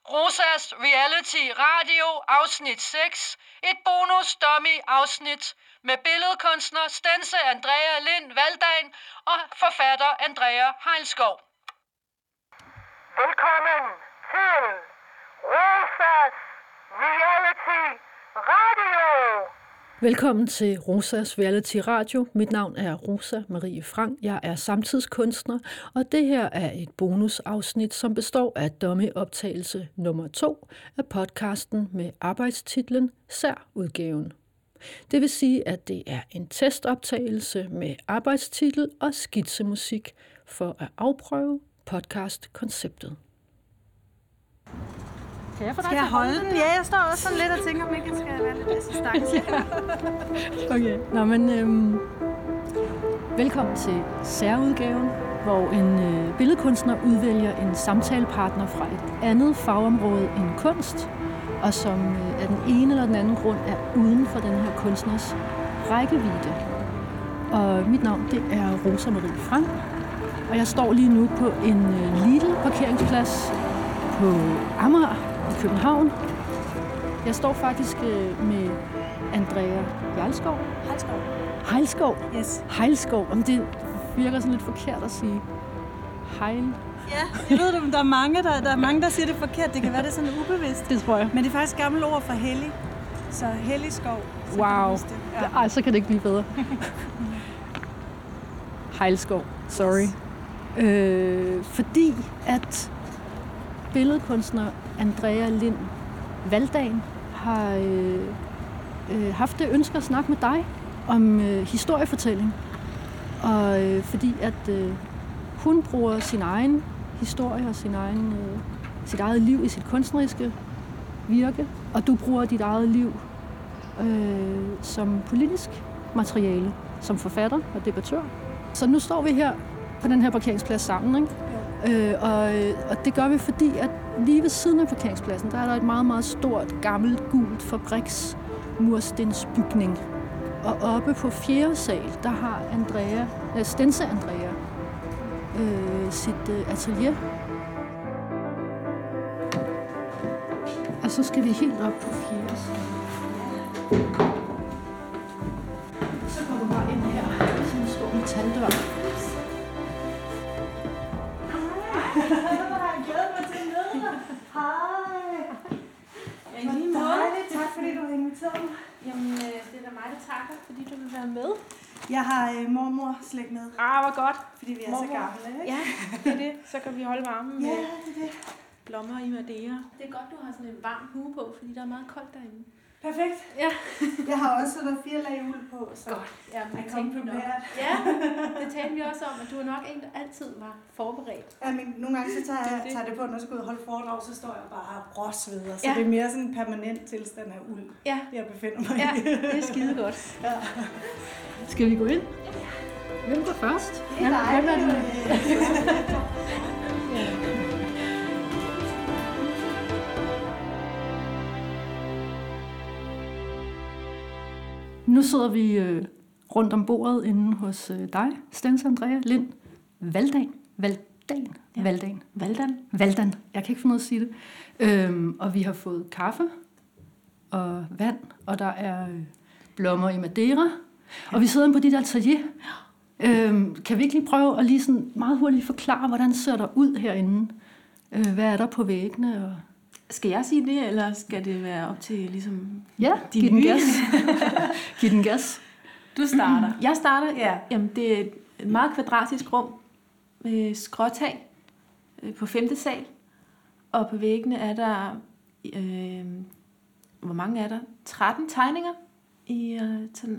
Rosas Reality Radio afsnit 6. Et bonus dummy afsnit med billedkunstner Stense Andrea Lind Valdagen og forfatter Andrea Heilskov. Velkommen til Rosas Reality Radio. Velkommen til Rosas Reality Radio. Mit navn er Rosa Marie Frank. Jeg er samtidskunstner, og det her er et bonusafsnit, som består af dummy-optagelse nummer 2 af podcasten med arbejdstitlen Særudgaven. Det vil sige, at det er en testoptagelse med arbejdstitel og skitsemusik for at afprøve podcastkonceptet. Skal jeg holde den? Ja, jeg står også sådan lidt og tænker, om ikke jeg skal være lidt assistance. Okay, nå men velkommen til Særudgaven, hvor en billedkunstner udvælger en samtalepartner fra et andet fagområde end kunst, og som af den ene eller den anden grund er uden for den her kunstners rækkevidde. Og mit navn, det er Rosa Marie Frank, og jeg står lige nu på en lille parkeringsplads på Amager i København. Jeg står faktisk med Andrea Heilskov. Heilskov? Yes. Heilskov. Om det virker sådan lidt forkert at sige Heil. Ja, jeg ved det, der er mange, der siger det forkert. Det kan være, det er sådan ubevidst. Det tror jeg. Men det er faktisk gamle ord for hellig. Så hellig skov. Så Wow. Ja. Ej, så kan det ikke blive bedre. Heilskov. Sorry. Fordi at billedkunstner Andrea Lind Valdagen har haft det ønske at snakke med dig om historiefortælling. Og fordi at hun bruger sin egen historie og sit eget liv i sit kunstneriske virke, og du bruger dit eget liv som politisk materiale, som forfatter og debattør. Så nu står vi her på den her parkeringsplads sammen, ikke? Og det gør vi, fordi at lige ved siden af parkeringspladsen, der er der et meget, meget stort, gammelt, gult fabriksmurstensbygning. Og oppe på 4. sal, der har Stense Andrea sit atelier. Og så skal vi helt op på 4. sal. Så går du bare ind her, sådan en stor metaldør. Jeg glæder mig til at møde dig. Hej. Ja, lige dejligt. Tak fordi du har inviteret mig. Jamen, det er da mig, der takker, fordi du vil være med. Jeg har mormor slægt med, Hvor godt. fordi vi er så gamle, ikke? Ja, det er det. Så kan vi holde varmen Ja, med det er det. blommer i Madeira. Det er godt, du har sådan en varm hue på, fordi der er meget koldt derinde. Perfekt. Ja. Jeg har også der 4 lag uld på, så Godt. Ja, I come prepared. Ja, det talte vi også om, at du er nok en, der altid var forberedt. Ja, men nogle gange så tager det på, når jeg skal ud og holde foredrag, så står jeg bare råsveder. Så det er mere sådan en permanent tilstand af uld, jeg befinder mig Ja, i. det er skide godt. Ja. Skal vi gå ind? Hvem går først? Det er dejligt. Nu sidder vi rundt om bordet inde hos dig, Stense Andrea Lind Valdagen. Valdagen. Jeg kan ikke finde ud af at sige det. Og vi har fået kaffe og vand, og der er blommer i Madeira. Og vi sidder inde på dit atelier. Kan vi ikke lige prøve at lige sådan meget hurtigt forklare, hvordan ser der ud herinde? Hvad er der på væggene? Og Skal jeg sige det, eller skal det være op til ligesom ja, giv den gas. Giv den gas. Du starter. Jeg starter, ja. Jamen, det er et meget kvadratisk rum med skråtag på 5. sal. Og på væggene er der, hvor mange er der? 13 tegninger i sådan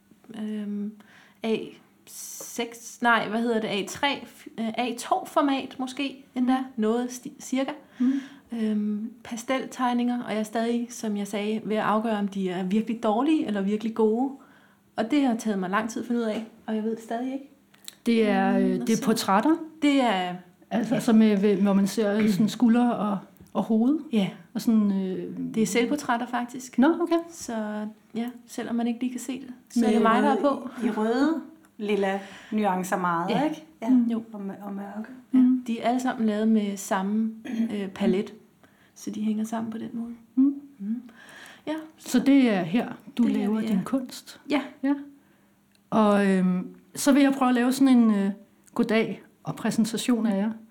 A6, nej, hvad hedder det? A2-format måske endda, noget cirka. Pasteltegninger, og jeg er stadig, som jeg sagde, ved at afgøre, om de er virkelig dårlige eller virkelig gode. Og det har taget mig lang tid at finde ud af, og jeg ved det stadig ikke. Det er portrætter? Det er... Altså med, hvor man ser sådan skulder og hoved? Ja. Og sådan, det er selvportrætter faktisk. Nå, okay. Så ja, selvom man ikke lige kan se det, så er det mig, der er på. I røde, lilla nuancer meget, ja. Ikke? Ja. Jo. Og mørke. Ja. De er alle sammen lavet med samme palet. Så de hænger sammen på den måde. Ja. Så det er her, du Det er laver vi, din kunst? Ja. Ja. Og så vil jeg prøve at lave sådan en goddag og præsentation af jer.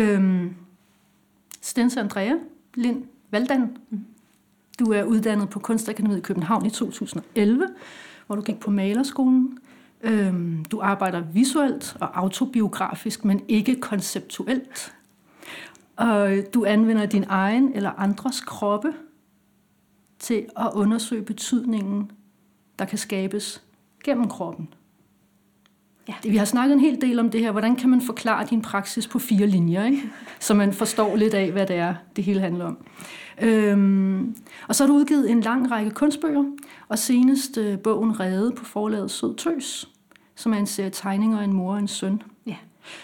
Stense Andrea Lind Valdan. Du er uddannet på Kunstakademiet i København i 2011, hvor du gik på malerskolen. Du arbejder visuelt og autobiografisk, men ikke konceptuelt. Og du anvender din egen eller andres kroppe til at undersøge betydningen, der kan skabes gennem kroppen. Ja. Vi har snakket en hel del om det her. Hvordan kan man forklare din praksis på 4 linjer, ikke? Så man forstår lidt af, hvad det er, det hele handler om. Og så har du udgivet en lang række kunstbøger, og senest bogen Rede på forlaget Sød Tøs, som er en serie tegninger af en mor og en søn. Ja.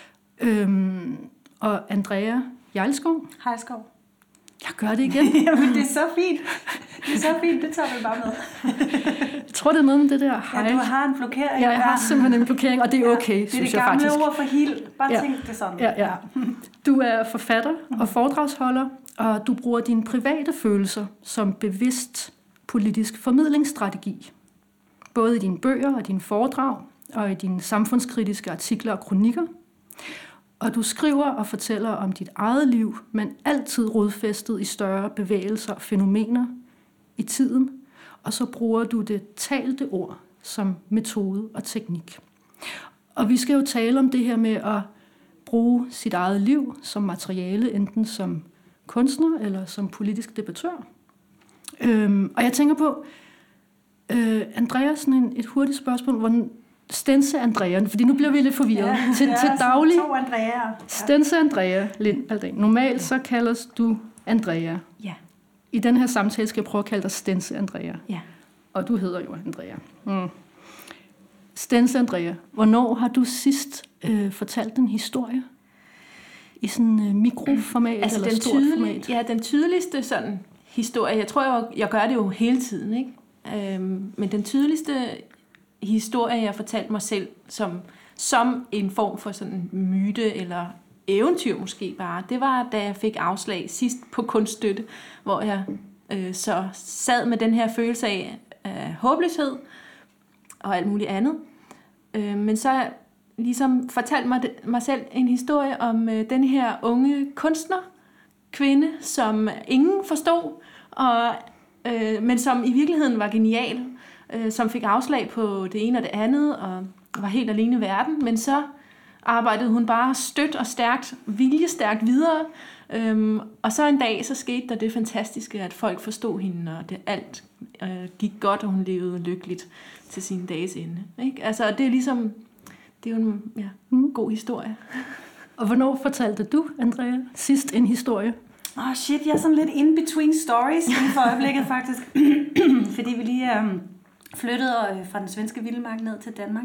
Og Andrea Jejlskov. Hej Skov. Jeg gør det igen. Jamen, det er så fint. Det er så fint, det tager vi bare med. Jeg tror, det er noget med det der hej. Ja, du har en blokering. Ja, jeg har simpelthen en blokering, og det er okay, det synes er jeg faktisk. det gamle ord for hil. Bare Ja. tænk det sådan. Ja. Du er forfatter og foredragsholder, og du bruger dine private følelser som bevidst politisk formidlingsstrategi. Både i dine bøger og dine foredrag, og i dine samfundskritiske artikler og kronikker. Og du skriver og fortæller om dit eget liv, men altid rodfæstet i større bevægelser og fænomener i tiden. Og så bruger du det talte ord som metode og teknik. Og vi skal jo tale om det her med at bruge sit eget liv som materiale, enten som kunstner eller som politisk debattør. Og jeg tænker på, Andreas, et hurtigt spørgsmål. Stense Andrea, fordi nu bliver vi lidt forvirret. Til daglig. 2 Andreaer. Stense Andrea Lind Valdan. Normalt så kaldes du Andrea. Ja. I den her samtale skal jeg prøve at kalde dig Stense Andrea. Ja. Og du hedder jo Andrea. Stense Andrea, hvornår har du sidst fortalt en historie? I sådan mikroformat Altså eller den stort format? Ja, den tydeligste sådan historie, jeg tror, jeg gør det jo hele tiden, ikke? Men den tydeligste historie, jeg fortalte mig selv som en form for sådan myte eller eventyr måske bare, det var, da jeg fik afslag sidst på kunststøtte, hvor jeg så sad med den her følelse af håbløshed og alt muligt andet. Men så ligesom fortalte mig selv en historie om den her unge kunstnerkvinde, som ingen forstod, men som i virkeligheden var genial, som fik afslag på det ene og det andet, og var helt alene i verden, men så arbejdede hun bare stødt og stærkt, viljestærkt videre, og så en dag, så skete der det fantastiske, at folk forstod hende, og det alt gik godt, og hun levede lykkeligt til sine dages ende. Ikke? Altså, det er ligesom, det er jo en god historie. Og hvornår fortalte du, Andrea, sidst en historie? Shit, jeg er sådan lidt in between stories lige for øjeblikket faktisk, fordi vi lige flyttede fra den svenske vildmark ned til Danmark.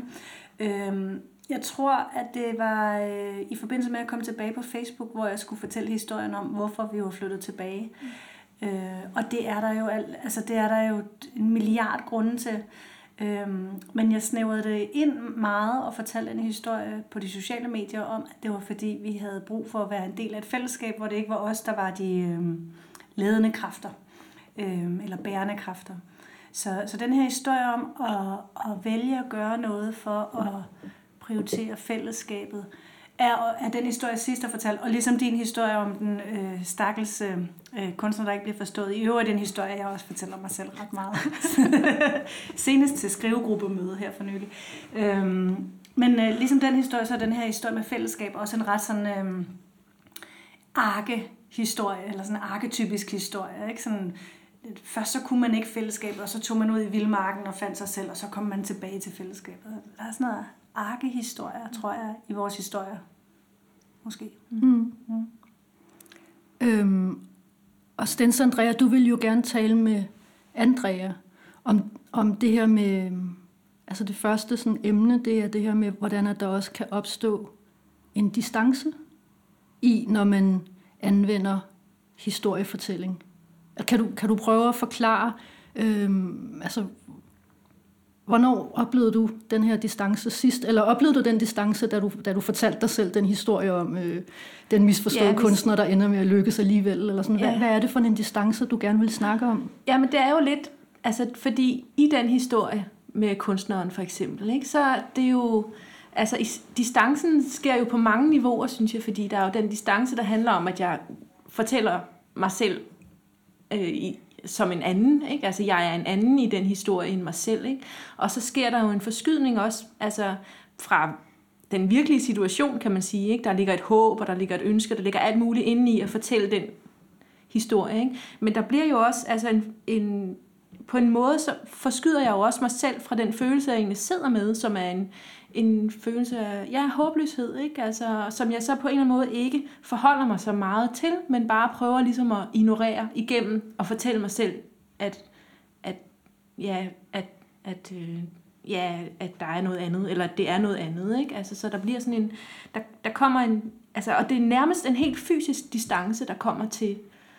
Jeg tror, at det var i forbindelse med at komme tilbage på Facebook, hvor jeg skulle fortælle historien om, hvorfor vi var flyttet tilbage. Og det er der jo en milliard grunde til. Men jeg snævrede det ind meget og fortalte en historie på de sociale medier om, at det var fordi, vi havde brug for at være en del af et fællesskab, hvor det ikke var os, der var de ledende kræfter, eller bærende kræfter. Så den her historie om at vælge at gøre noget for at prioritere fællesskabet, er den historie, sidst har fortalt. Og ligesom din historie om den stakkels kunstner, der ikke bliver forstået. I øvrigt en historie, jeg også fortæller mig selv ret meget. Senest til skrivegruppemøde her for nylig. Men ligesom den historie, så er den her historie med fællesskab også en ret sådan arkehistorie, eller sådan en arketypisk historie. Ikke? Sådan, først så kunne man ikke fællesskabet, og så tog man ud i vildmarken og fandt sig selv, og så kom man tilbage til fællesskabet. Der er sådan noget arkehistorier, tror jeg, i vores historie. Måske. Og Stense Andrea, du vil jo gerne tale med Andrea om det her med, altså det første sådan emne, det er det her med, hvordan der også kan opstå en distance i, når man anvender historiefortælling. Kan du prøve at forklare, altså Hvornår oplevede du den her distance sidst? Eller oplevede du den distance, da du fortalte dig selv den historie om den misforståede kunstner, der ender med at lykkes alligevel? Eller sådan. Hvad er det for en distance, du gerne vil snakke om? Jamen, det er jo lidt... Altså, fordi i den historie med kunstneren for eksempel, ikke, så det er jo... Altså, distancen sker jo på mange niveauer, synes jeg, fordi der er jo den distance, der handler om, at jeg fortæller mig selv som en anden, ikke? Altså, jeg er en anden i den historie end mig selv, ikke? Og så sker der jo en forskydning også, altså fra den virkelige situation, kan man sige, ikke? Der ligger et håb, og der ligger et ønske, der ligger alt muligt inde i at fortælle den historie, ikke? Men der bliver jo også, altså på en måde, så forskyder jeg jo også mig selv fra den følelse, jeg egentlig sidder med, som er en følelse af håbløshed, ikke? Altså, som jeg så på en eller anden måde ikke forholder mig så meget til, men bare prøver ligesom at ignorere igennem og fortælle mig selv, at der er noget andet, eller at det er noget andet, ikke? Altså, så der bliver sådan der kommer en, altså, og det er nærmest en helt fysisk distance, der kommer til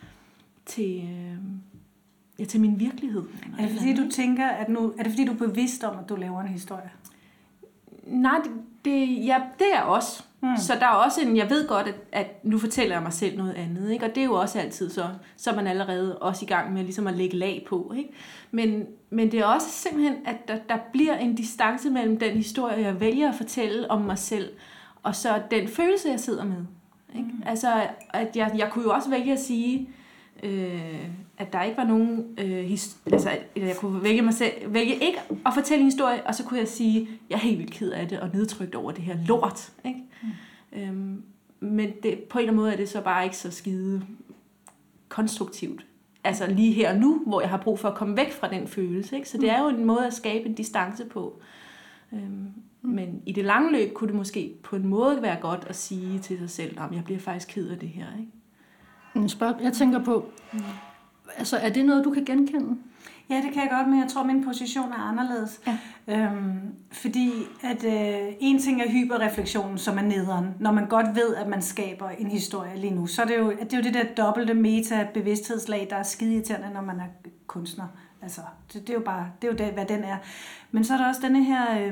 min virkelighed. Er det fordi, du tænker, er det fordi, du er bevidst om, at du laver en historie? Nej, det er også. Så der er også jeg ved godt, at nu fortæller jeg mig selv noget andet, ikke? Og det er jo også altid så er man allerede også i gang med ligesom at lægge lag på, ikke? Men det er også simpelthen, at der bliver en distance mellem den historie, jeg vælger at fortælle om mig selv, og så den følelse, jeg sidder med, ikke? Altså, at jeg kunne jo også vælge at sige, at der ikke var nogen jeg kunne vælge ikke at fortælle en historie, og så kunne jeg sige, jeg er helt vildt ked af det og nedtrykt over det her lort, ikke? Men det, på en eller anden måde er det så bare ikke så skide konstruktivt, altså lige her og nu, hvor jeg har brug for at komme væk fra den følelse, ikke? Så det er jo en måde at skabe en distance på, men i det lange løb kunne det måske på en måde være godt at sige til sig selv, jeg bliver faktisk ked af det her, ikke? Jeg tænker på, altså er det noget, du kan genkende? Ja, det kan jeg godt, men jeg tror, min position er anderledes. Ja. Fordi at en ting er hyperreflektionen, som er nederen. Når man godt ved, at man skaber en historie lige nu, så er det jo det der dobbelte meta-bevidsthedslag, der er skideirriterende, når man er kunstner. Altså, det er jo det, hvad den er. Men så er der også denne her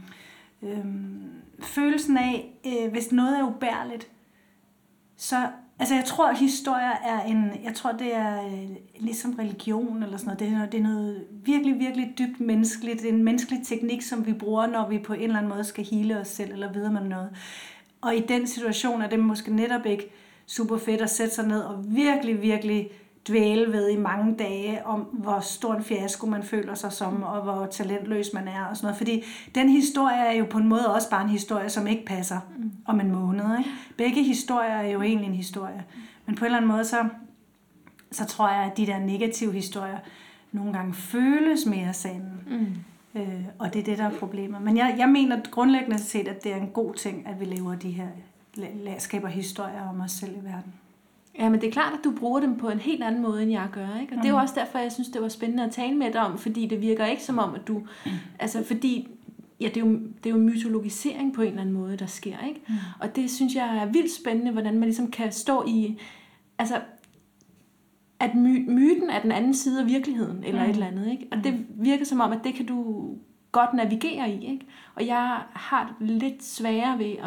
følelsen af, hvis noget er ubærligt, så... Altså, jeg tror, at historier det er ligesom religion eller sådan noget. Det er noget virkelig, virkelig dybt menneskeligt. Det er en menneskelig teknik, som vi bruger, når vi på en eller anden måde skal hele os selv eller videre med noget. Og i den situation er det måske netop ikke super fedt at sætte sig ned og virkelig, virkelig dvæle ved i mange dage om, hvor stor en fiasko man føler sig som, og hvor talentløs man er og sådan noget. Fordi den historie er jo på en måde også bare en historie, som ikke passer om en måned, ikke? Begge historier er jo egentlig en historie. Men på en eller anden måde, så tror jeg, at de der negative historier nogle gange føles mere sande. Og det er det, der er problemer. Men jeg mener grundlæggende set, at det er en god ting, at vi lever de her, skaber historier om os selv i verden. Ja, men det er klart, at du bruger dem på en helt anden måde, end jeg gør, ikke? Og det er jo også derfor, jeg synes, det var spændende at tale med dig om, fordi det virker ikke som om, at du... Altså, fordi... Ja, det er jo mytologisering på en eller anden måde, der sker, ikke? Og det synes jeg er vildt spændende, hvordan man ligesom kan stå i... Altså, at myten er den anden side af virkeligheden, eller et eller andet, ikke? Og det virker som om, at det kan du godt navigere i, ikke? Og jeg har lidt sværere ved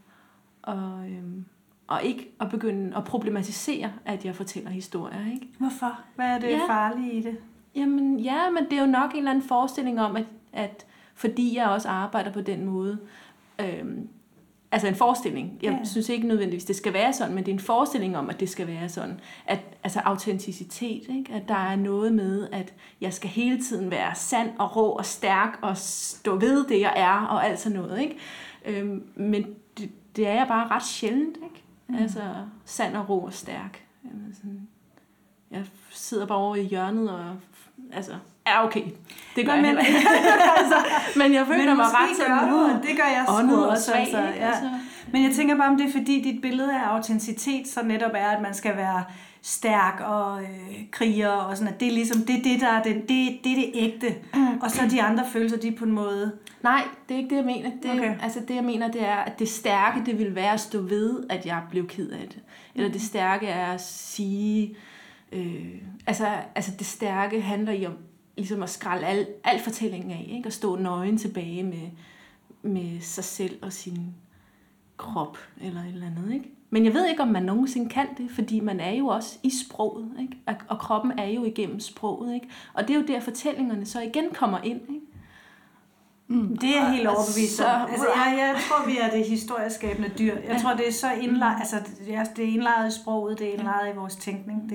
og ikke at begynde at problematisere, at jeg fortæller historier, ikke? Hvorfor? Hvad er det farlige i det? Jamen, men det er jo nok en eller anden forestilling om, at fordi jeg også arbejder på den måde, altså en forestilling, jeg synes ikke nødvendigvis, det skal være sådan, men det er en forestilling om, at det skal være sådan, at, altså autenticitet, ikke? At der er noget med, at jeg skal hele tiden være sand og rå og stærk, og stå ved det, jeg er, og alt sådan noget, ikke? Men det er jeg bare ret sjældent, ikke? Altså sand og rå og stærk. Jeg sidder bare over i hjørnet og altså okay. Det gør jeg heller ikke. Men jeg føler mig ret sådan. Det gør jeg sgu også. Altså, ja. Men jeg tænker bare, om det er fordi dit billede af autenticitet så netop er, at man skal være stærk og kriger og sådan, at det er ligesom det der er det er det ægte. Og så de andre følelser, de på en måde. Nej, det er ikke det, jeg mener. Altså det, jeg mener, det er, at det stærke, det vil være at stå ved, at jeg blev ked af det. Eller det stærke er at sige... altså det stærke handler ligesom at skralde al fortællingen af, ikke? Og stå nøgen tilbage med sig selv og sin krop eller et eller andet, ikke? Men jeg ved ikke, om man nogensinde kan det, fordi man er jo også i sproget, ikke? Og kroppen er jo igennem sproget, ikke? Og det er jo der, fortællingerne så igen kommer ind, ikke? Det er helt overbevist om. Altså, jeg tror, vi er det historieskabende dyr. Jeg tror, det er så indlejret, altså det er indlejret i sproget, det er indlejret i vores tænkning.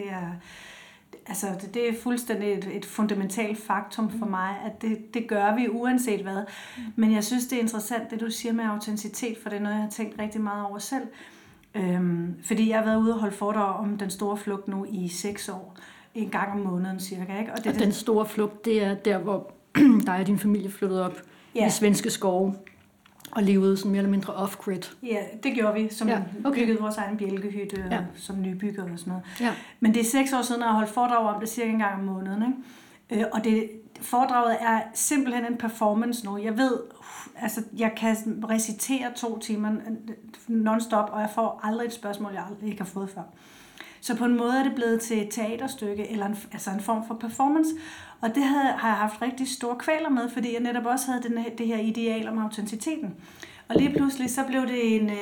Det er fuldstændig et fundamentalt faktum for mig, at det gør vi uanset hvad. Men jeg synes, det er interessant, det du siger med autenticitet, for det er noget, jeg har tænkt rigtig meget over selv. Fordi jeg har været ude og holde foredrag om den store flugt nu i 6 år. En gang om måneden cirka. Ikke? Og den store flugt, det er der, hvor dig og din familie flyttede op i svenske skove og levede sådan mere eller mindre off-grid. Ja, det gjorde vi, som byggede vores egen bjælkehytte som nybygger og sådan noget. Ja. Men det er 6 år siden, at jeg har holdt foredrag om det cirka en gang om måneden. Ikke? Og foredraget er simpelthen en performance nu. Jeg ved, altså jeg kan recitere 2 timer non-stop, og jeg får aldrig et spørgsmål, jeg aldrig ikke har fået før. Så på en måde er det blevet til et teaterstykke, eller en form for performance. Og det har jeg haft rigtig store kvaler med, fordi jeg netop også havde det her ideal om autenticiteten. Og lige pludselig så blev det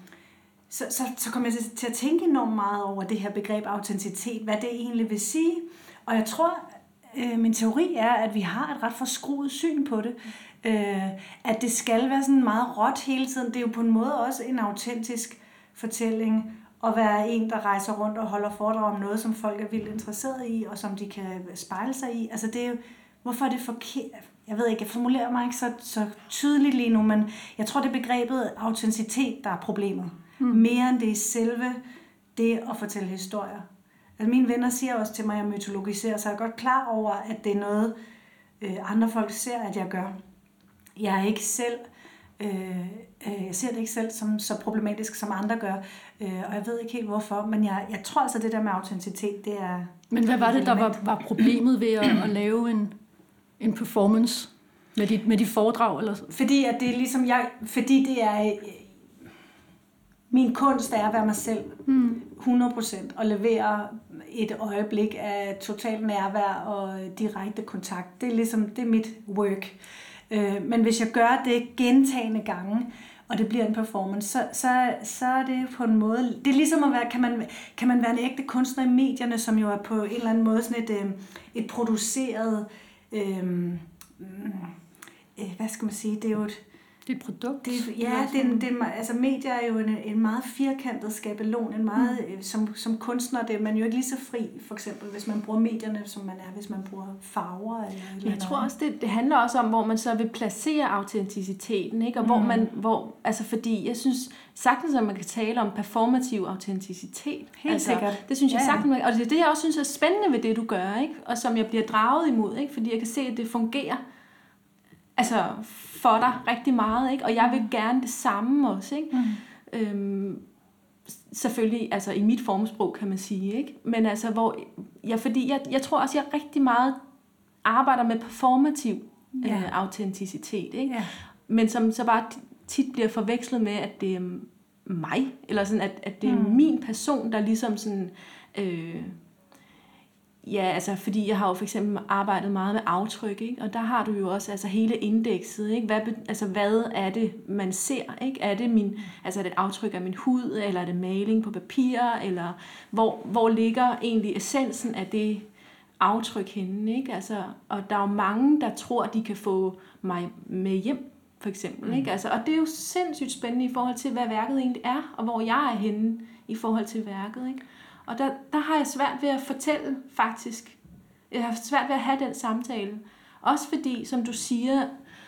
så kom jeg til at tænke enormt meget over det her begreb autenticitet, hvad det egentlig vil sige. Og jeg tror, min teori er, at vi har et ret forskruet syn på det. At det skal være sådan meget råt hele tiden. Det er jo på en måde også en autentisk fortælling, at være en, der rejser rundt og holder foredrag om noget, som folk er vildt interesseret i, og som de kan spejle sig i. Altså det er jo, hvorfor er det forkert? Jeg ved ikke, jeg formulerer mig ikke så tydeligt lige nu, men jeg tror, det er begrebet autenticitet, der er problemet. Mere end det er selve det at fortælle historier. Altså mine venner siger også til mig, at jeg mytologiserer, så jeg er godt klar over, at det er noget, andre folk ser, at jeg gør. Jeg er ikke selv... Jeg ser det ikke selv som så problematisk, som andre gør, og jeg ved ikke helt hvorfor, men jeg tror altså, det der med autenticitet, det er... Men hvad var det, der var problemet ved at lave en performance med dit foredrag? Eller? Fordi at det er ligesom fordi det er... Min kunst er at være mig selv 100% og levere et øjeblik af total nærvær og direkte kontakt. Det er ligesom, det er mit work. Men hvis jeg gør det gentagne gange, og det bliver en performance, så er det på en måde... Det er ligesom at være... Kan man være en ægte kunstner i medierne, som jo er på en eller anden måde sådan et produceret... hvad skal man sige? Det er jo det er et produkt. Altså medier er jo en meget firkantet skabelon, en meget, som kunstner, det er man jo ikke lige så fri, for eksempel, hvis man bruger medierne, som man er, hvis man bruger farver. Eller jeg tror også, det handler også om, hvor man så vil placere autenticiteten, ikke? Og altså fordi jeg synes sagtens, at man kan tale om performativ autenticitet. Helt sikkert. Det synes jeg sagtens, og det er det, jeg også synes er spændende ved det, du gør, ikke? Og som jeg bliver draget imod, ikke? Fordi jeg kan se, at det fungerer. Altså for dig rigtig meget, ikke? Og jeg vil gerne det samme også, ikke? Selvfølgelig, altså i mit formsprog kan man sige, ikke? Men altså fordi jeg tror også, jeg rigtig meget arbejder med performativ autenticitet, ikke? Yeah. Men som så bare tit bliver forvekslet med, at det er mig, eller sådan, at det er min person, der ligesom sådan... Ja, altså fordi jeg har jo for eksempel arbejdet meget med aftryk, ikke? Og der har du jo også altså hele indekset, ikke? Hvad er det, man ser, ikke? Er det er det et aftryk af min hud, eller er det maling på papir, eller hvor ligger egentlig essensen af det aftryk henne, ikke? Altså, og der er jo mange, der tror, de kan få mig med hjem, for eksempel, ikke? Altså, og det er jo sindssygt spændende i forhold til, hvad værket egentlig er, og hvor jeg er henne i forhold til værket, ikke? Og der har jeg svært ved at fortælle, faktisk. Jeg har svært ved at have den samtale. Også fordi, som du siger,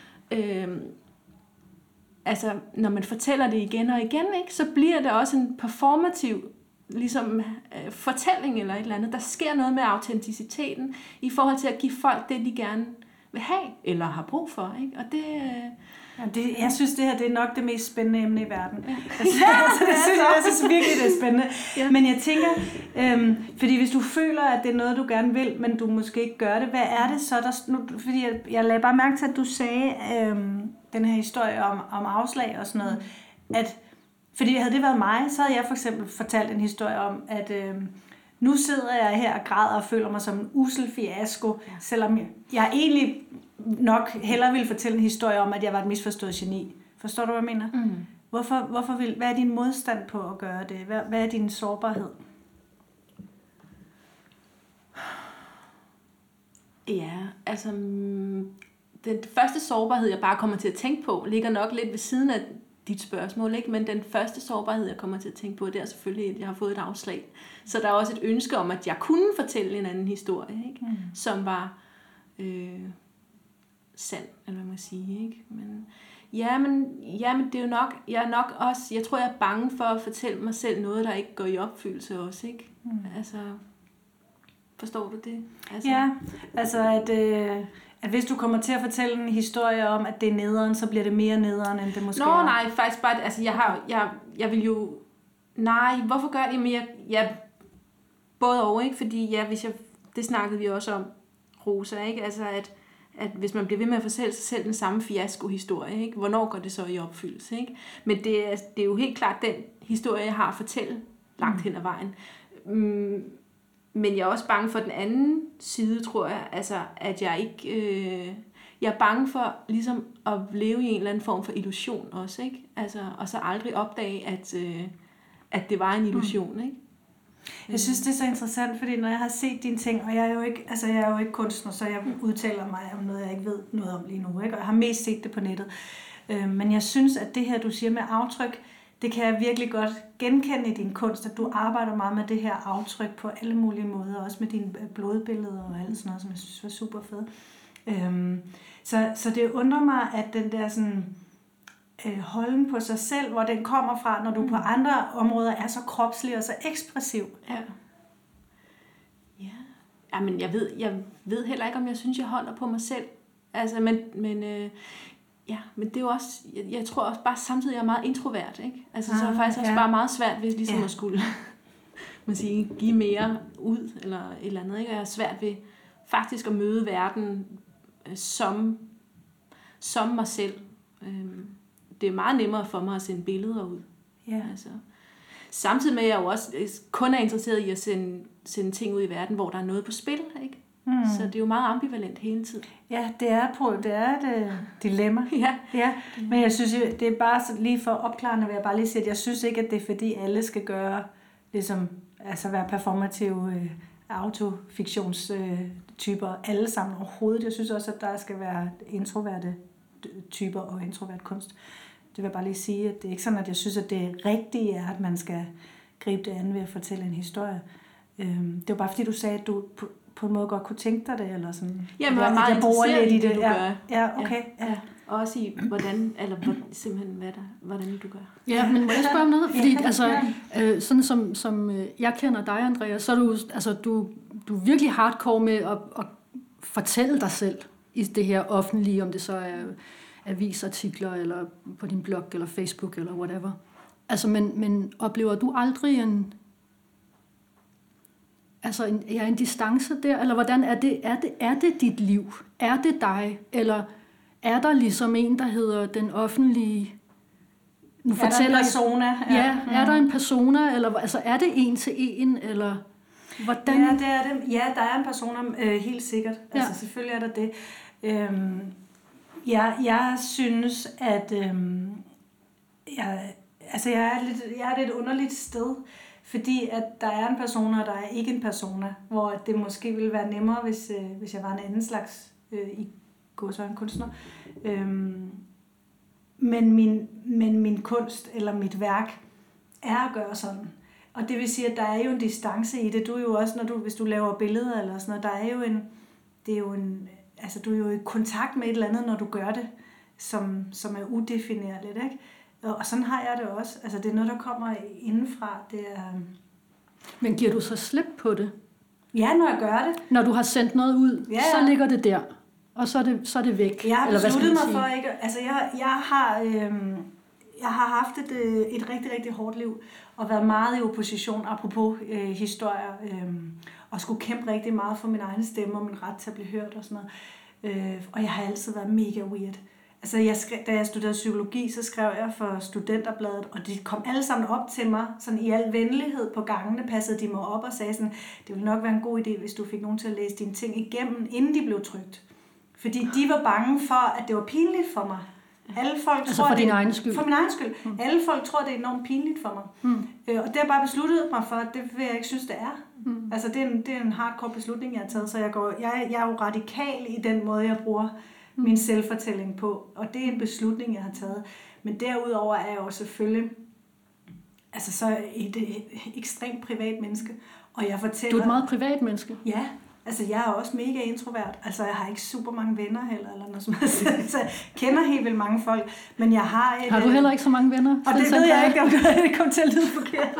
altså, når man fortæller det igen og igen, ikke, så bliver det også en performativ ligesom, fortælling eller et eller andet. Der sker noget med autenticiteten i forhold til at give folk det, de gerne vil have eller har brug for. Ikke? Og det... jeg synes, det her det er nok det mest spændende emne i verden. Ja. Jeg synes virkelig, det er spændende. Ja. Men jeg tænker, fordi hvis du føler, at det er noget, du gerne vil, men du måske ikke gør det, hvad er det så? Fordi jeg lagde bare mærke til, at du sagde den her historie om afslag og sådan noget. Fordi havde det været mig, så havde jeg for eksempel fortalt en historie om, at nu sidder jeg her og græder og føler mig som en usel fiasko, selvom jeg egentlig nok hellere ville fortælle en historie om, at jeg var et misforstået geni. Forstår du, hvad jeg mener? Mm. Hvad er din modstand på at gøre det? Hvad er din sårbarhed? Ja, altså den første sårbarhed, jeg bare kommer til at tænke på, ligger nok lidt ved siden af dit spørgsmål, ikke? Men den første sårbarhed, jeg kommer til at tænke på, det er selvfølgelig, at jeg har fået et afslag. Så der er også et ønske om, at jeg kunne fortælle en anden historie, ikke? Som var sand, eller hvad man sige, ikke? Men det er jo nok, jeg tror, jeg er bange for at fortælle mig selv noget, der ikke går i opfyldelse også, ikke? Altså, forstår du det? Altså, ja, altså at hvis du kommer til at fortælle en historie om, at det er nederen, så bliver det mere nederen, end det måske er. Nej, faktisk bare, altså jeg vil jo, hvorfor gør det mere, både og, ikke? Fordi det snakkede vi også om, Rosa, ikke? Altså at hvis man bliver ved med at fortælle sig selv den samme fiasko-historie, ikke? Hvornår går det så i opfyldelse, ikke? Men det er jo helt klart den historie, jeg har at fortælle langt hen ad vejen. Men jeg er også bange for den anden side, tror jeg, altså at jeg ikke, jeg er bange for ligesom at leve i en eller anden form for illusion også, ikke? Altså, og så aldrig opdage, at det var en illusion, ikke? Jeg synes, det er så interessant, fordi når jeg har set dine ting, og jeg er jo ikke kunstner, så jeg udtaler mig om noget, jeg ikke ved noget om lige nu, ikke? Og jeg har mest set det på nettet. Men jeg synes, at det her, du siger med aftryk, det kan jeg virkelig godt genkende i din kunst, at du arbejder meget med det her aftryk på alle mulige måder, også med dine blodbilleder og alt sådan noget, som jeg synes var super fedt. Så det undrer mig, at den der sådan holden på sig selv, hvor den kommer fra, når du på andre områder er så kropslig og så ekspressiv. Ja, men jeg ved heller ikke, om jeg synes, jeg holder på mig selv. Altså, men det er jo også, jeg tror også bare samtidig, jeg er meget introvert, ikke? Altså, så er det faktisk også bare meget svært, hvis ligesom at skulle, man sige, give mere ud, eller et eller andet, ikke? Og jeg er svært ved faktisk at møde verden som mig selv. Det er meget nemmere for mig at sende billeder ud. Ja. Altså, samtidig med, at jeg jo også kun er interesseret i at sende ting ud i verden, hvor der er noget på spil, ikke? Så det er jo meget ambivalent hele tiden. Ja, det er et dilemma. Ja. Men jeg synes, det er bare lige for opklarende, vil jeg bare lige sige, at jeg synes ikke, at det er fordi alle skal gøre, ligesom, altså være performative autofiktionstyper alle sammen overhovedet. Jeg synes også, at der skal være introverte typer og introvert kunst. Det vil jeg bare lige sige, at det er ikke sådan, at jeg synes, at det rigtige er, at man skal gribe det an ved at fortælle en historie. Det var bare fordi, du sagde, at du på en måde godt kunne tænke dig det, eller sådan. Ja, men jeg er meget interesseret i det, du gør. Ja, okay. Ja. Også i, hvordan du gør. Ja, men må jeg spørge om noget? Fordi sådan som jeg kender dig, Andrea, så er du er virkelig hardcore med at fortælle dig selv i det her offentlige, om det så er avisartikler, eller på din blog, eller Facebook, eller whatever. Altså, men oplever du aldrig en distance der, eller hvordan er det dit liv? Er det dig, eller er der ligesom en, der hedder den offentlige? Nu er der en persona? Ja, er der en persona, eller altså er det en til en, eller hvordan? Ja, det er det. Ja, der er en persona, helt sikkert. Altså selvfølgelig er der det. Jeg synes, at jeg er et underligt sted, fordi at der er en persona, og der er ikke en persona, hvor det måske ville være nemmere, hvis jeg var en anden slags en kunstner. Men min kunst eller mit værk er at gøre sådan. Og det vil sige, at der er jo en distance i det. Du er jo også, hvis du laver billeder eller sådan noget, der er jo du er jo i kontakt med et eller andet, når du gør det, som er udefinerligt, ikke? Og sådan har jeg det også. Altså, det er noget, der kommer indenfra. Det er... Men giver du så slip på det? Ja, når jeg gør det. Når du har sendt noget ud, så ligger det der, og så er det væk. Jeg har besluttet mig for ikke... Altså, jeg har haft et rigtig, rigtig hårdt liv, og været meget i opposition, apropos historier, og skulle kæmpe rigtig meget for min egen stemme, og min ret til at blive hørt og sådan noget. Og jeg har altid været mega weird. Altså, da jeg studerede psykologi, så skrev jeg for Studenterbladet, og de kom alle sammen op til mig, sådan i al venlighed på gangene, passede de mig op og sagde sådan, det ville nok være en god idé, hvis du fik nogen til at læse dine ting igennem, inden de blev trykt. Fordi de var bange for, at det var pinligt for mig. Alle folk altså tror, for din egen skyld? For min egen skyld. Alle folk tror, det er enormt pinligt for mig. Og det har bare besluttet mig for, at det vil jeg ikke synes, det er. Altså, det er en hardcore beslutning, jeg har taget, så jeg er jo radikal i den måde, jeg bruger min selvfortælling på. Og det er en beslutning, jeg har taget. Men derudover er jeg jo selvfølgelig altså så et ekstremt privat menneske. Og jeg fortæller... Du er et meget privat menneske? Ja. Altså, jeg er også mega introvert. Altså, jeg har ikke super mange venner heller, eller noget som helst. Så jeg kender helt vildt mange folk, men jeg har... Har du heller ikke så mange venner? Og det ved jeg ikke, om det kommer til at lyde forkert.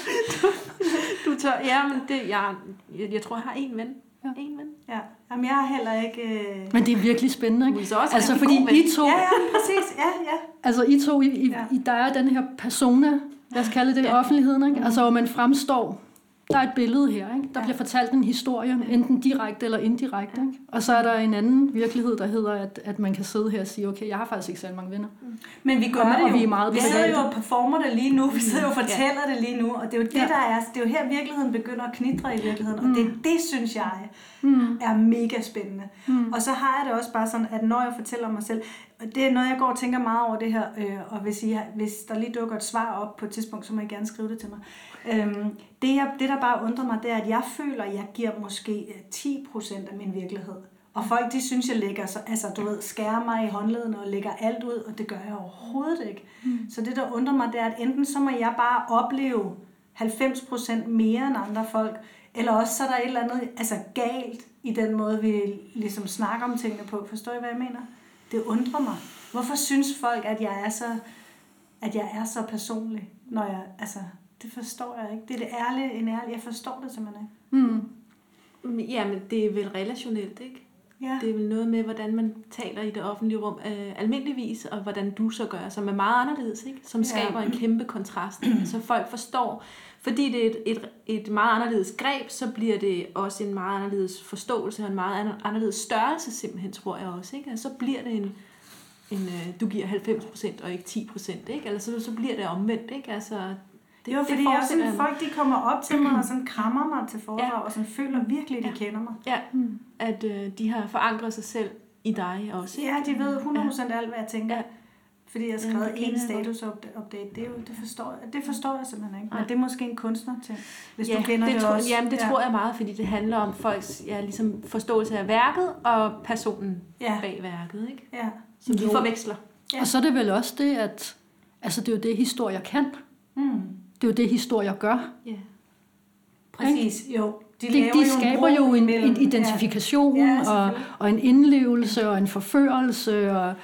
Du tør... Ja, men det... Jeg tror, jeg har en ven. Ja. En ven. Ja. Jamen, jeg har heller ikke... Men det er virkelig spændende, ikke? Så også altså, fordi I to... Ja, præcis. Ja. Altså, I to, der er den her persona, lad os kalde det offentligheden, ikke? Altså, hvor man fremstår... Der er et billede her, ikke? Der bliver fortalt en historie, enten direkte eller indirekte. Ikke? Og så er der en anden virkelighed, der hedder, at man kan sidde her og sige, okay, jeg har faktisk ikke særlig mange venner. Men vi gør det jo. Og vi er meget vi sidder jo og performer det lige nu. Vi sidder jo og fortæller det lige nu. Og det er jo det, der er. Det er jo her, virkeligheden begynder at knitre i virkeligheden. Og det synes jeg er mega spændende. Og så har jeg det også bare sådan, at når jeg fortæller mig selv, og det er noget, jeg går og tænker meget over det her, og hvis der lige dukker et svar op på et tidspunkt, så må I gerne skrive det til mig. Det, der bare undrer mig, det er, at jeg føler, at jeg giver måske 10% af min virkelighed. Og folk, de synes, jeg lægger så, altså du ved, skærer mig i håndledene og lægger alt ud, og det gør jeg overhovedet ikke. Så det, der undrer mig, det er, at enten så må jeg bare opleve 90% mere end andre folk, eller også så er der et eller andet altså galt i den måde, vi ligesom snakker om tingene på. Forstår I, hvad jeg mener? Det undrer mig. Hvorfor synes folk, at jeg er så personlig, når jeg, altså, det forstår jeg ikke. Det er det ærlige, jeg forstår det simpelthen ikke. Jamen, det er vel relationelt, ikke? Ja. Det er vel noget med, hvordan man taler i det offentlige rum almindeligvis, og hvordan du så gør, som er meget anderledes, ikke? Som skaber en kæmpe kontrast. Så folk forstår, fordi det er et meget anderledes greb, så bliver det også en meget anderledes forståelse, og en meget anderledes størrelse simpelthen, tror jeg også, ikke? Og så bliver det du giver 90% og ikke 10%, ikke? Eller så bliver det omvendt, ikke? Altså, det jo, fordi også sådan, folk de kommer op til mig og sådan krammer mig til foredrag, og sådan føler virkelig, de kender mig. Ja, at de har forankret sig selv i dig også. Ja, de ved 100% alt, hvad jeg tænker. Fordi jeg har skrevet en status-update. Det forstår jeg simpelthen ikke. Men det er måske en kunstner-ting, hvis du kender det også. Jamen, det tror jeg meget, fordi det handler om folks ligesom forståelse af værket og personen bag værket, ikke? Ja. Som de forveksler. Ja. Og så er det vel også det, at altså, det er jo det, historier kan. Det er jo det, historier gør. Ja. Præcis, jo. De skaber jo en identifikation og en indlevelse og en forførelse og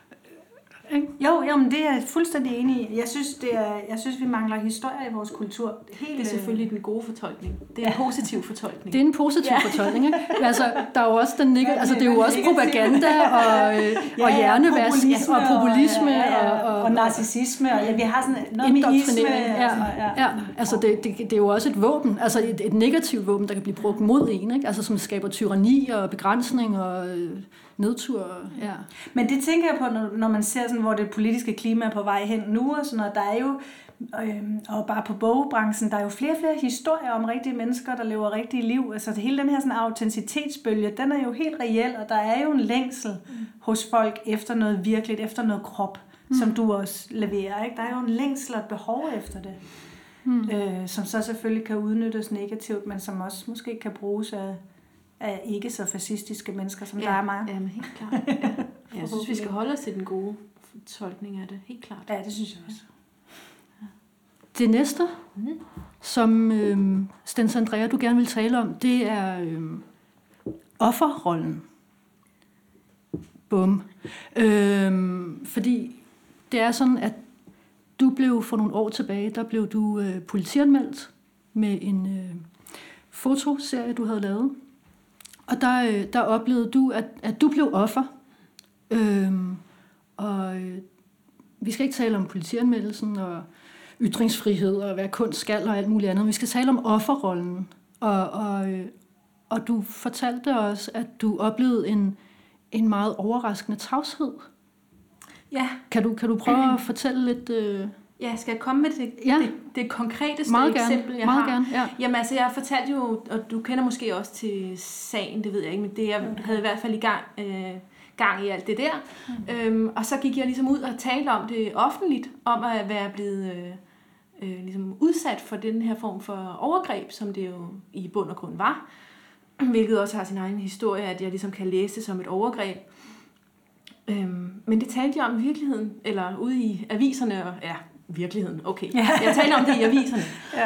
Jo, men det er jeg fuldstændig enig i. Jeg synes, vi mangler historier i vores kultur. Det er selvfølgelig den gode fortolkning. Det er en positiv fortolkning. Det er en positiv fortolkning, ikke? Altså, der er jo også den altså det er jo også propaganda og hjernevask og populisme og narcissisme og vi har sådan noget med isme. Altså det er jo også et våben, altså et negativt våben, der kan blive brugt mod en, ikke? Altså som skaber tyranni og begrænsning og nedtur. Ja. Men det tænker jeg på, når man ser sådan, hvor det politiske klima er på vej hen nu og sådan noget. Der er jo, og bare på bogbranchen, der er jo flere og flere historier om rigtige mennesker, der lever rigtige liv. Altså hele den her sådan autenticitetsbølge, den er jo helt reel, og der er jo en længsel hos folk efter noget virkeligt, efter noget krop, som du også leverer. Ikke? Der er jo en længsel og et behov efter det, som så selvfølgelig kan udnyttes negativt, men som også måske kan bruges af ikke så fascistiske mennesker, som der er mig. Ja, men helt klart. Ja. Jeg synes, vi skal holde os til den gode tolkning af det. Helt klart. Ja, det synes jeg også. Det næste, som Stens Andrea, du gerne vil tale om, det er offerrollen. Bum. Fordi det er sådan, at du blev for nogle år tilbage, der blev du politianmeldt med en fotoserie, du havde lavet. Og der oplevede du, at du blev offer. Vi skal ikke tale om politianmeldelsen og ytringsfrihed og hvad kunst skal og alt muligt andet. Vi skal tale om offerrollen. Og du fortalte os, at du oplevede en meget overraskende tavshed Ja. Kan du prøve at fortælle lidt... Ja, skal jeg komme med det konkreteste eksempel, jeg meget har? Gerne, ja. Jamen altså, jeg fortalte jo, og du kender måske også til sagen, det ved jeg ikke, men det jeg havde i hvert fald gang i alt det der. Og så gik jeg ligesom ud og talte om det offentligt, om at være blevet ligesom udsat for den her form for overgreb, som det jo i bund og grund var. Hvilket også har sin egen historie, at jeg ligesom kan læse det som et overgreb. Men det talte jeg om i virkeligheden, eller ude i aviserne, og ja, virkeligheden, okay. Jeg talte om det i aviserne,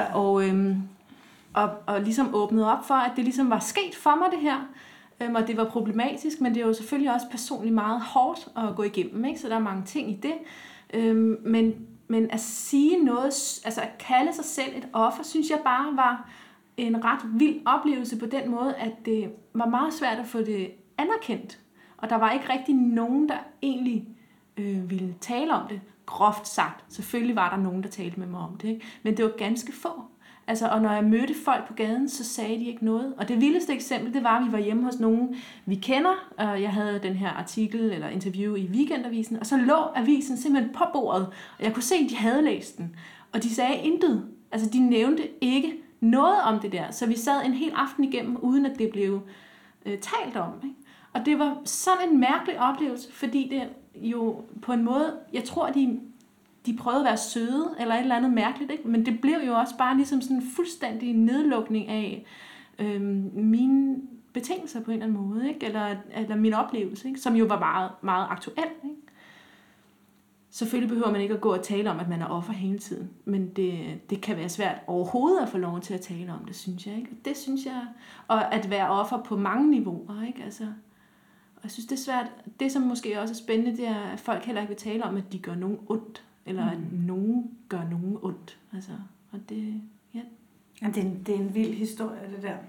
og ligesom åbnede op for, at det ligesom var sket for mig det her, og det var problematisk, men det er jo selvfølgelig også personligt meget hårdt at gå igennem, ikke? Så der er mange ting i det. Men at sige noget, altså at kalde sig selv et offer, synes jeg bare var en ret vild oplevelse på den måde, at det var meget svært at få det anerkendt. Og der var ikke rigtig nogen, der egentlig ville tale om det, groft sagt. Selvfølgelig var der nogen, der talte med mig om det, ikke? Men det var ganske få. Altså, og når jeg mødte folk på gaden, så sagde de ikke noget. Og det vildeste eksempel, det var, at vi var hjemme hos nogen, vi kender. Og jeg havde den her artikel eller interview i Weekendavisen, og så lå avisen simpelthen på bordet, og jeg kunne se, at de havde læst den. Og de sagde intet. Altså, de nævnte ikke noget om det der. Så vi sad en hel aften igennem, uden at det blev talt om, ikke? Og det var sådan en mærkelig oplevelse, fordi det jo på en måde, jeg tror, de prøvede at være søde, eller et eller andet mærkeligt, ikke? Men det blev jo også bare ligesom sådan en fuldstændig nedlukning af mine betingelser på en eller anden måde, ikke? Eller min oplevelse, ikke? Som jo var meget, meget aktuel, ikke? Selvfølgelig behøver man ikke at gå og tale om, at man er offer hele tiden, men det kan være svært overhovedet at få lov til at tale om det, synes jeg, ikke? Det synes jeg, og at være offer på mange niveauer, ikke? Altså, og jeg synes, det er svært. Det, som måske også er spændende, det er, at folk heller ikke vil tale om, at de gør nogen ondt, eller at nogen gør nogen ondt. Altså, og det, ja. Ja, det er en vild historie, det der.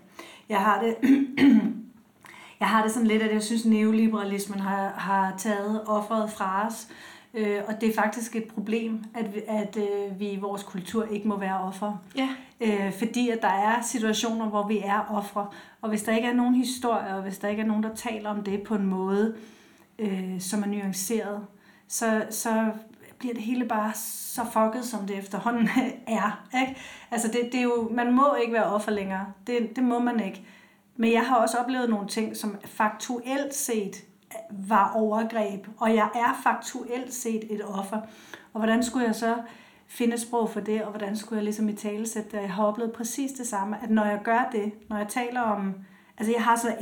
Jeg har det sådan lidt, at jeg synes, at neoliberalismen har taget offeret fra os. Og det er faktisk et problem, at vi i vores kultur ikke må være offer. Ja. Fordi at der er situationer, hvor vi er ofre. Og hvis der ikke er nogen historie, og hvis der ikke er nogen, der taler om det på en måde, som er nuanceret, så bliver det hele bare så fucket, som det efterhånden er. Ikke? Altså det er jo, man må ikke være offer længere. Det må man ikke. Men jeg har også oplevet nogle ting, som faktuelt set var overgreb, og jeg er faktuelt set et offer. Og hvordan skulle jeg så finde et sprog for det, og hvordan skulle jeg ligesom italesætte det? Jeg har oplevet præcis det samme, at når jeg gør det, når jeg taler om, altså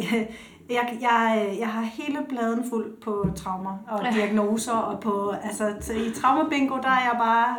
jeg har hele bladen fuld på traumer og diagnoser, og på, altså i traumabingo, der er jeg bare,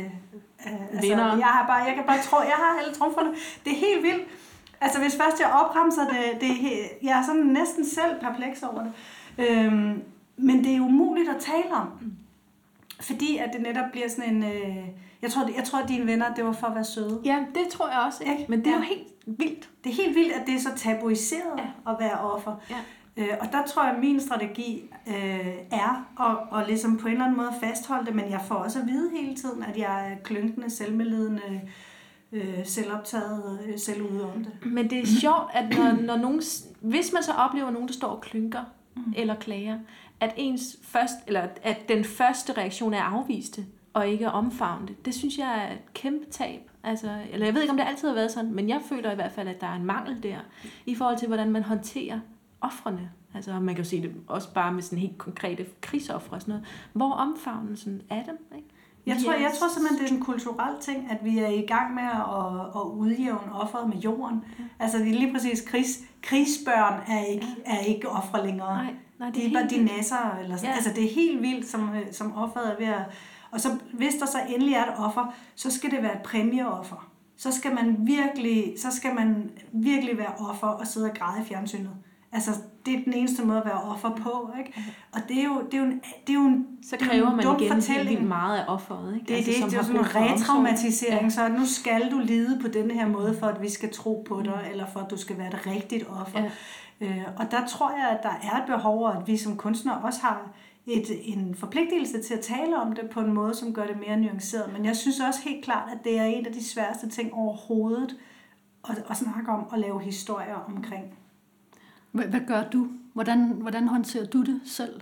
jeg kan bare tro, jeg har alle trumferne. Det er helt vildt. Altså hvis først jeg opremser det jeg er sådan næsten selv perpleks over det. Men det er umuligt at tale om, fordi at det netop bliver sådan en... Jeg tror, at dine venner, det var for at være søde. Ja, det tror jeg også. Ikke? Men det er jo helt vildt. Det er helt vildt, at det er så tabuiseret at være offer. Ja. Og der tror jeg, at min strategi er at ligesom på en eller anden måde fastholde det, men jeg får også at vide hele tiden, at jeg er klynkende, selvmedlidende, selvoptaget, selvude om det. Men det er sjovt, at når nogen, hvis man så oplever nogen, der står og klynker, eller klager, at at den første reaktion er afviste og ikke omfavne det. Det synes jeg er et kæmpe tab. Altså, eller jeg ved ikke, om det altid har været sådan, men jeg føler i hvert fald, at der er en mangel der, i forhold til, hvordan man håndterer ofrene. Altså, man kan jo se det også bare med sådan helt konkrete krigsofre og sådan noget. Hvor omfavnelsen af dem, ikke? Jeg tror simpelthen, det er en kulturel ting, at vi er i gang med at udjævne offeret med jorden. Altså det er lige præcis krigsbørn er ikke ofre længere. Nej, det er bare de nasser. Altså det er helt vildt, som offeret er ved at... Og så, hvis der så endelig er et offer, så skal det være et præmieoffer. Så skal man virkelig være offer og sidde og græde i fjernsynet. Altså, det er den eneste måde at være offer på, ikke? Og det er jo en så kræver man igen fortælling. Meget af offeret, ikke? Det er jo sådan en retraumatisering, så nu skal du lide på den her måde, for at vi skal tro på dig, eller for at du skal være et rigtigt offer. Ja. Og der tror jeg, at der er et behov, og at vi som kunstnere også har en forpligtelse til at tale om det på en måde, som gør det mere nuanceret. Men jeg synes også helt klart, at det er en af de sværeste ting overhovedet at snakke om og lave historier omkring. Hvad gør du? Hvordan håndterer du det selv?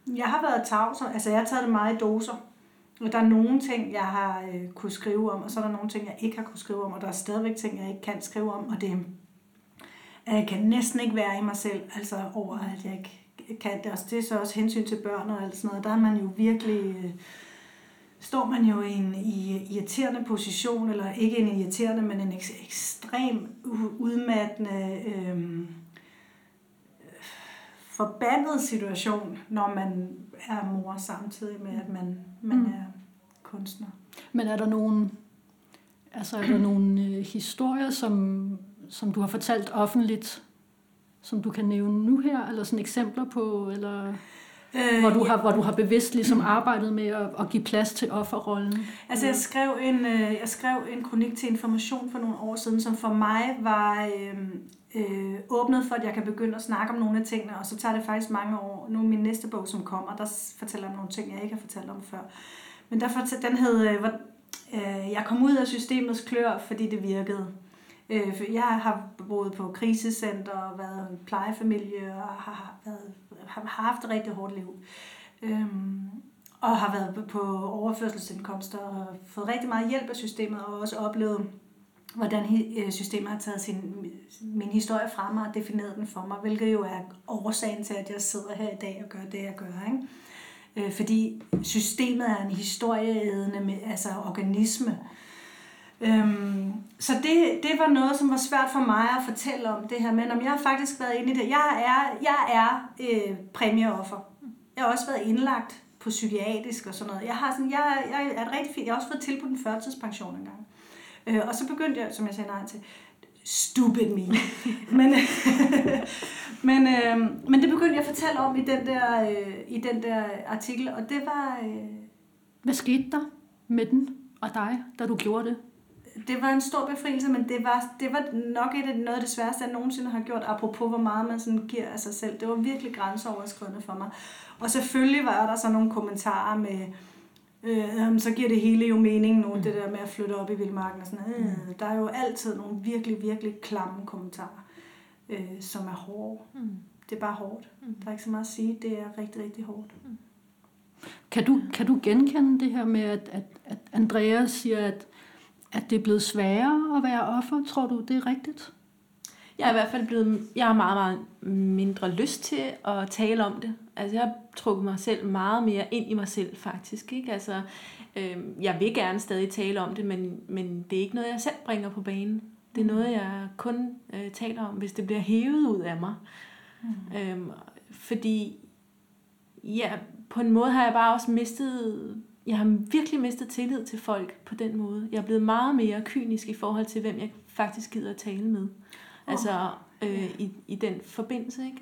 Jeg har været tavs, altså jeg har taget det meget i doser. Og der er nogle ting, jeg har kunne skrive om, og så er der nogle ting, jeg ikke har kunne skrive om, og der er stadigvæk ting, jeg ikke kan skrive om, og det jeg kan næsten ikke være i mig selv, altså over, at jeg ikke kan det. Det er så også hensyn til børn og alt sådan noget. Der er man jo virkelig, står man jo i en irriterende position, eller ikke en irriterende, men en ekstrem udmattende, forbandet situation, når man er mor samtidig med, at man er kunstner. Men er der nogle historier, som du har fortalt offentligt, som du kan nævne nu her, eller sådan eksempler på, eller hvor du har bevidst ligesom arbejdet med at give plads til offerrollen? Altså jeg skrev en kronik til Information for nogle år siden, som for mig var åbnet for, at jeg kan begynde at snakke om nogle af tingene, og så tager det faktisk mange år. Nu min næste bog, som kommer, der fortæller jeg om nogle ting, jeg ikke har fortalt om før. Men den hed, jeg kom ud af systemets klør, fordi det virkede. Jeg har boet på krisecenter og været en plejefamilie og har haft et rigtig hårdt liv. Og har været på overførselsindkomster og fået rigtig meget hjælp af systemet og også oplevet, hvordan systemet har taget min historie fra mig og defineret den for mig, hvilket jo er årsagen til, at jeg sidder her i dag og gør det, jeg gør, ikke? Fordi systemet er en historieædende organisme. Så det var noget, som var svært for mig at fortælle om det her, men om jeg har faktisk været inde i det. Jeg er præmieoffer. Jeg har også været indlagt på psykiatrisk og sådan noget. Jeg er et rigtig fint. Jeg har også fået tilbudt en førtidspension engang. Og så begyndte jeg, som jeg sagde nej til, stupid me. men det begyndte jeg at fortælle om i den der artikel, og det var... Hvad skete der med den og dig, da du gjorde det? Det var en stor befrielse, men det var nok noget af det sværeste, jeg nogensinde har gjort, apropos hvor meget man sådan giver af sig selv. Det var virkelig grænseoverskridende for mig. Og selvfølgelig var der så nogle kommentarer med, så giver det hele jo mening nu, det der med at flytte op i vildmarken og sådan. Der er jo altid nogle virkelig, virkelig klamme kommentarer, som er hårde. Det er bare hårdt. Der er ikke så meget at sige. Det er rigtig, rigtig hårdt. Kan du genkende det her med, at Andreas siger, at det er blevet sværere at være offer? Tror du, det er rigtigt? Jeg er i hvert fald jeg har meget, meget mindre lyst til at tale om det. Altså, jeg har trukket mig selv meget mere ind i mig selv, faktisk. Ikke? Altså, jeg vil gerne stadig tale om det, men det er ikke noget, jeg selv bringer på banen. Det er noget, jeg kun taler om, hvis det bliver hævet ud af mig. Fordi, ja, på en måde har jeg bare også jeg har virkelig mistet tillid til folk på den måde. Jeg er blevet meget mere kynisk i forhold til, hvem jeg faktisk gider at tale med. Altså, i den forbindelse, ikke?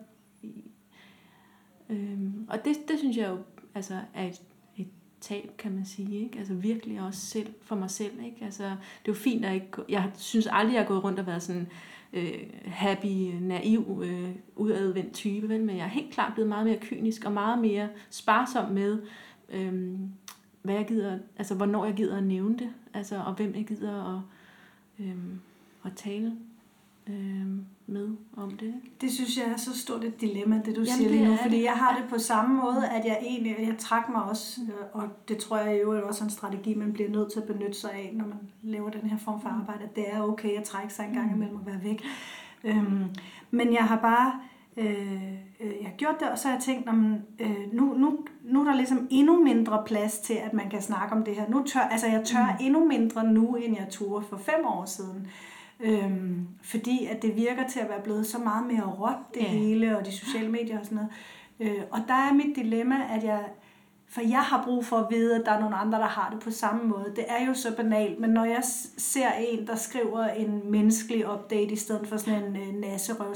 Og det synes jeg jo altså, er et tab, kan man sige, ikke? Altså virkelig også selv, for mig selv, ikke? Altså, det er jo fint, at jeg synes aldrig, jeg har gået rundt og været sådan happy, naiv, udadvendt type, men jeg er helt klart blevet meget mere kynisk og meget mere sparsom med, hvad jeg gider, altså hvornår jeg gider at nævne det, altså, og hvem jeg gider at tale med om det. Det synes jeg er så stort et dilemma, det du siger lige nu, fordi jeg har det på samme måde, at jeg trækker mig også, og det tror jeg jo er også en strategi, man bliver nødt til at benytte sig af, når man laver den her form for arbejde, at det er okay at trække sig en gang imellem og være væk. Men jeg har bare jeg har gjort det, og så har jeg tænkt, nu er der ligesom endnu mindre plads til, at man kan snakke om det her. Jeg tør endnu mindre nu, end jeg turde for 5 år siden. Fordi at det virker til at være blevet så meget mere råt, det hele, og de sociale medier og sådan noget. Og der er mit dilemma, at jeg har brug for at vide, at der er nogle andre, der har det på samme måde. Det er jo så banalt, men når jeg ser en, der skriver en menneskelig update, i stedet for sådan en nasserøv,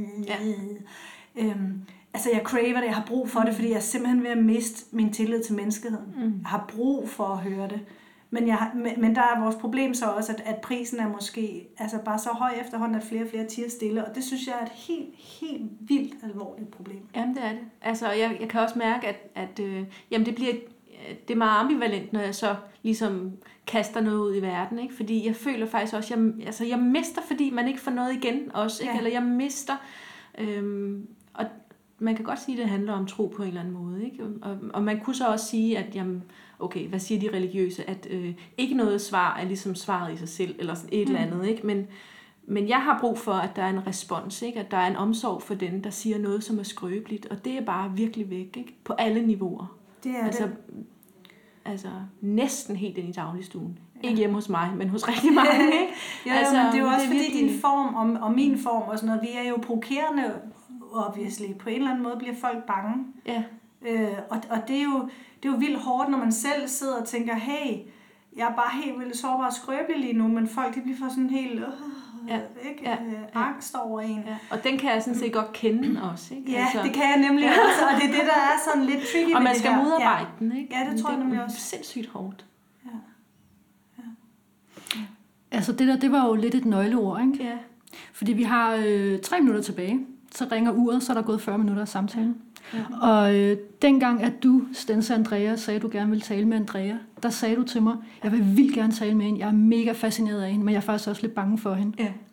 altså jeg craver det, jeg har brug for det, fordi jeg er simpelthen ved at miste min tillid til menneskeheden. Jeg har brug for at høre det. Men der er vores problem så også, at prisen er måske altså bare så høj efterhånden, at flere og flere tier stille, og det synes jeg er et helt, helt vildt alvorligt problem. Jamen det er det. Altså jeg kan også mærke, at det er meget ambivalent, når jeg så ligesom kaster noget ud i verden, ikke? Fordi jeg føler faktisk også, jeg mister, fordi man ikke får noget igen også, ikke? Eller jeg mister, man kan godt sige, at det handler om tro på en eller anden måde. Ikke? Og man kunne så også sige, at jamen, okay, hvad siger de religiøse? At ikke noget svar er ligesom svaret i sig selv, eller sådan et eller andet. Ikke? Men jeg har brug for, at der er en respons, ikke? At der er en omsorg for den, der siger noget, som er skrøbeligt. Og det er bare virkelig væk, ikke? På alle niveauer. Det er det. Altså næsten helt ind i dagligstuen. Ja. Ikke hjemme hos mig, men hos rigtig mange. Ikke? Men det er jo også fordi din form og min form og sådan noget, vi er jo provokerende, obviously. På en eller anden måde bliver folk bange. Ja. Og det er jo vildt hårdt, når man selv sidder og tænker, hey, jeg er bare helt vildt sårbar og skrøbelig lige nu, men folk de bliver for sådan helt angst over en. Ja. Og den kan jeg sådan set godt kende også. Ikke? Ja, det kan jeg nemlig også, og det er det, der er sådan lidt tricky med det her. Og man skal modarbejde den, ikke? Ja, det tror jeg nemlig også. Det er sindssygt hårdt. Ja. Altså det var jo lidt et nøgleord, ikke? Ja. Fordi vi har 3 minutter tilbage, så ringer uret, så er der gået 40 minutter af samtalen. Ja. Og dengang, at du, Stense Andrea, sagde, at du gerne ville tale med Andrea, der sagde du til mig, jeg vil vildt gerne tale med hende, jeg er mega fascineret af hende, men jeg er faktisk også lidt bange for hende. Ja.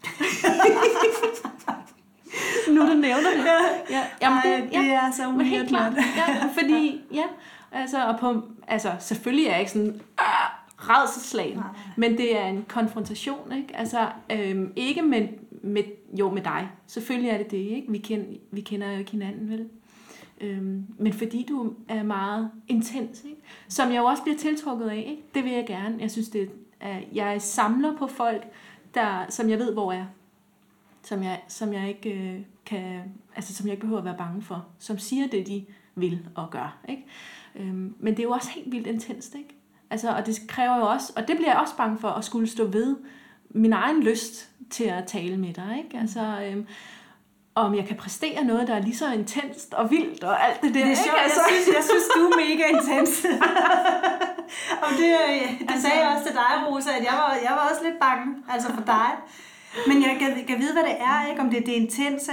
Nu du nævner det. Ja. Jamen, det er så men helt klart. Ja, fordi, selvfølgelig er jeg ikke sådan rædselsslagen, men det er en konfrontation, ikke? Altså, ikke med dig. Selvfølgelig er det det, ikke? Vi kender jo ikke hinanden, vel? Men fordi du er meget intens, ikke? Som jeg jo også bliver tiltrukket af, ikke? Det vil jeg gerne. Jeg synes, jeg samler på folk, som jeg ved, hvor er. Som jeg ikke som jeg ikke behøver at være bange for. Som siger det, de vil og gør, ikke? Men det er jo også helt vildt intenst, ikke? Altså, og det kræver jo også, og det bliver jeg også bange for, at skulle stå ved min egen lyst til at tale med dig, ikke? Altså, om jeg kan præstere noget, der er lige så intenst og vildt og alt det der. Det er sjovt, altså. Jeg synes, du er mega intens. Og det sagde jeg også til dig, Rosa, at jeg var også lidt bange, altså for dig. Men jeg kan vide, hvad det er, ikke? Om det er intense.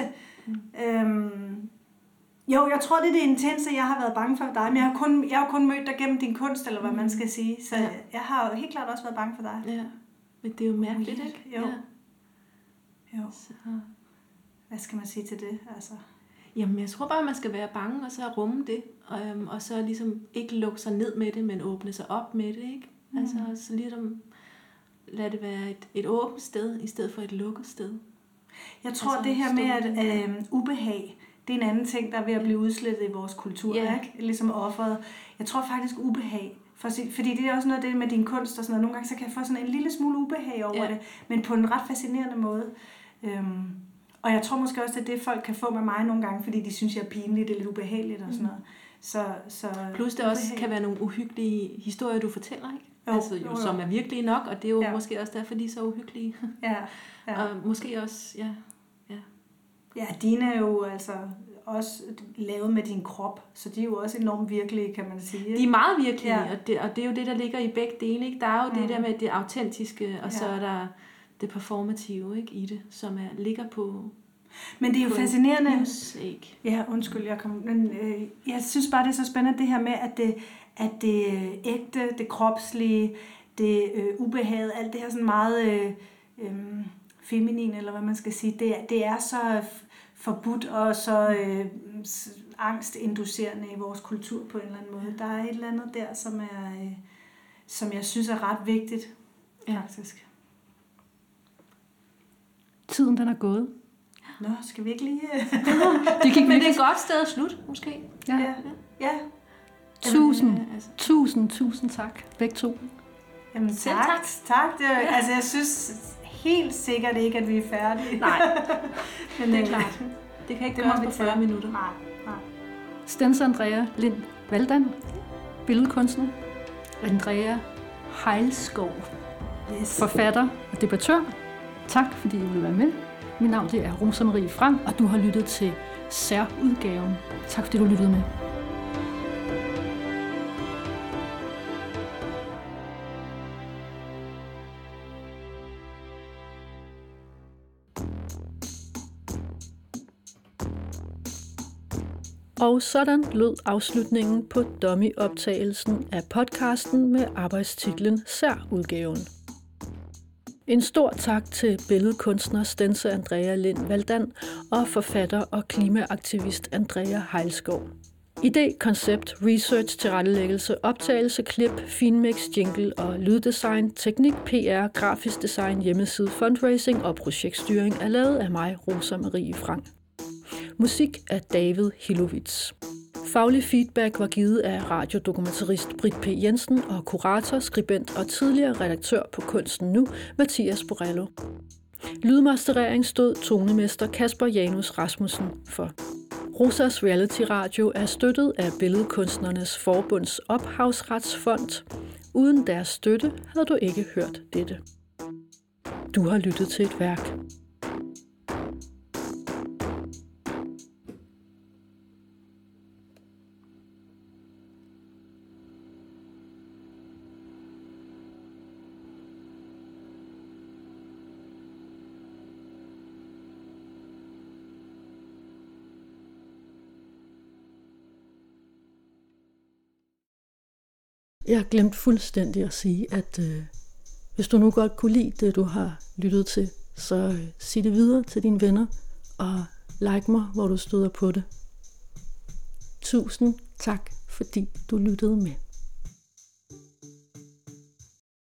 Jo, jeg tror, det er det intense, jeg har været bange for dig, men jeg har kun mødt dig gennem din kunst, eller hvad man skal sige. Så jeg har helt klart også været bange for dig. Ja, men det er jo mærkeligt, ikke? Jo. Så. Hvad skal man sige til det? Altså? Jamen, jeg tror bare, man skal være bange, og så rumme det, og så ligesom ikke lukke sig ned med det, men åbne sig op med det, ikke? Altså, så ligesom lad det være et åbent sted, i stedet for et lukket sted. Jeg tror, det her med, at ubehag, det er en anden ting, der er ved at blive udslettet i vores kultur, ikke? Ligesom offeret. Jeg tror faktisk ubehag, fordi det er også noget af det med din kunst og sådan noget. Nogle gange så kan jeg få sådan en lille smule ubehag over det, men på en ret fascinerende måde. Og jeg tror måske også, at det folk kan få med mig nogle gange, fordi de synes, jeg er pinlig, det er lidt ubehageligt og sådan noget. Så plus det også kan være nogle uhyggelige historier, du fortæller, ikke? Jo. Som er virkelige nok, og det er jo måske også derfor, de er så uhyggelige. Ja. Og måske også, Ja, dine er jo altså også lavet med din krop, så de er jo også enormt virkelige, kan man sige. De er meget virkelige, og det er jo det, der ligger i begge dele, ikke? Der er jo det der med det autentiske, og så er der det performative, ikke, i det, som ligger på. Men det er jo fascinerende. Musik. Ja, undskyld, jeg synes bare, det er så spændende det her med, at det ægte, det kropslige, det ubehaget, alt det her sådan meget feminin, eller hvad man skal sige, det er så forbudt og så angstinducerende i vores kultur på en eller anden måde. Der er et eller andet der, som jeg synes er ret vigtigt, faktisk. Tiden, den er gået. Nå, skal vi ikke lige... Men det er et godt sted at slutte, måske. Ja. Tusind tak, begge to. Jamen tak. Altså, jeg synes helt sikkert ikke, at vi er færdige. Nej, men det er klart. Det kan ikke gøres på 40 minutter. Nej. Stense Andrea Lind Valdan, billedkunstner. Andrea Heilskov, forfatter og debattør. Tak, fordi I ville være med. Mit navn er Rosa Marie Frank, og du har lyttet til Særudgaven. Tak, fordi du lyttede med. Og sådan lød afslutningen på dummy-optagelsen af podcasten med arbejdstitlen Særudgaven. En stor tak til billedkunstner Stense Andrea Lind Valdan og forfatter og klimaaktivist Andrea Heilskov. Idé, koncept, research, tilrettelæggelse, optagelse, klip, finmix, jingle og lyddesign, teknik, PR, grafisk design, hjemmeside, fundraising og projektstyring er lavet af mig, Rosa Marie Frank. Musik af David Hilovits. Faglig feedback var givet af radiodokumentarist Britt P. Jensen og kurator, skribent og tidligere redaktør på Kunsten Nu, Mathias Borello. Lydmasterering stod tonemester Kasper Janus Rasmussen for. Rosas Reality Radio er støttet af Billedkunstnernes Forbunds Ophavsretsfond. Uden deres støtte havde du ikke hørt dette. Du har lyttet til et værk. Jeg har glemt fuldstændig at sige, at hvis du nu godt kunne lide det, du har lyttet til, så sig det videre til dine venner og like mig, hvor du støder på det. Tusind tak, fordi du lyttede med.